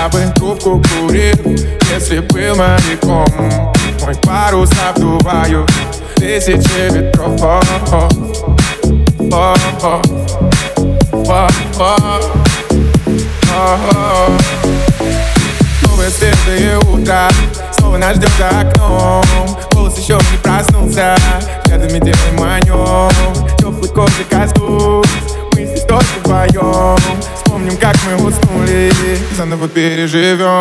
Я бы трубку курил, если был моряком. Мой парус обдуваю тысячи ветров. Новое светлое утро снова нас ждет за окном. Голос еще не проснулся, взглядами делаем о нем. Теплый кофе коснусь, мы здесь только вдвоем. Вспомним, как мы уснули, заново переживем.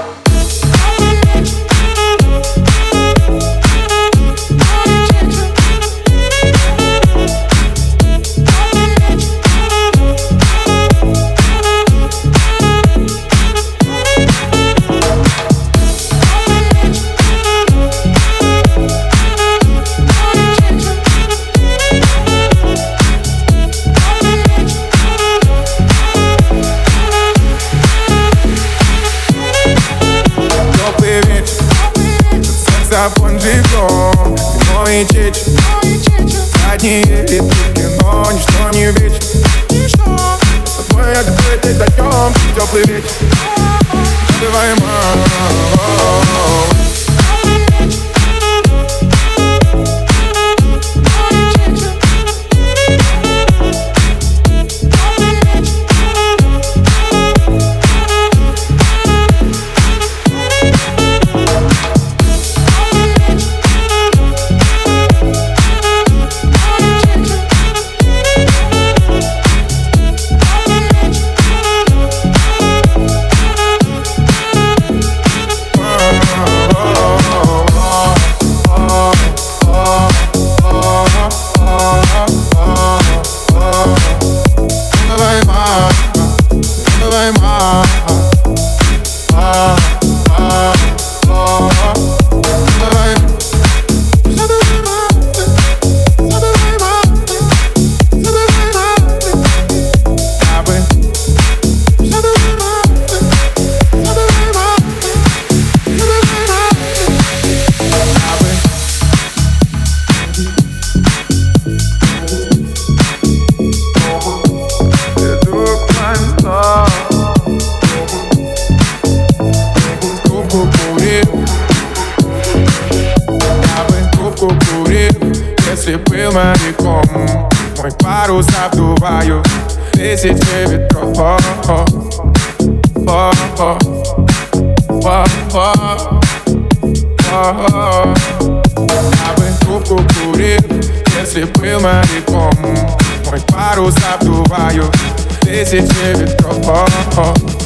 Саксофон живем, вино и чечи. Задние ритмики, но ничто не вечно. С тобой открытый дойдем, теплый вечер. Забываем если был моряком. Мой парус обдуваю тысячи ветров. Я бы трубку курил, если был моряком. Мой парус обдуваю тысячи ветров.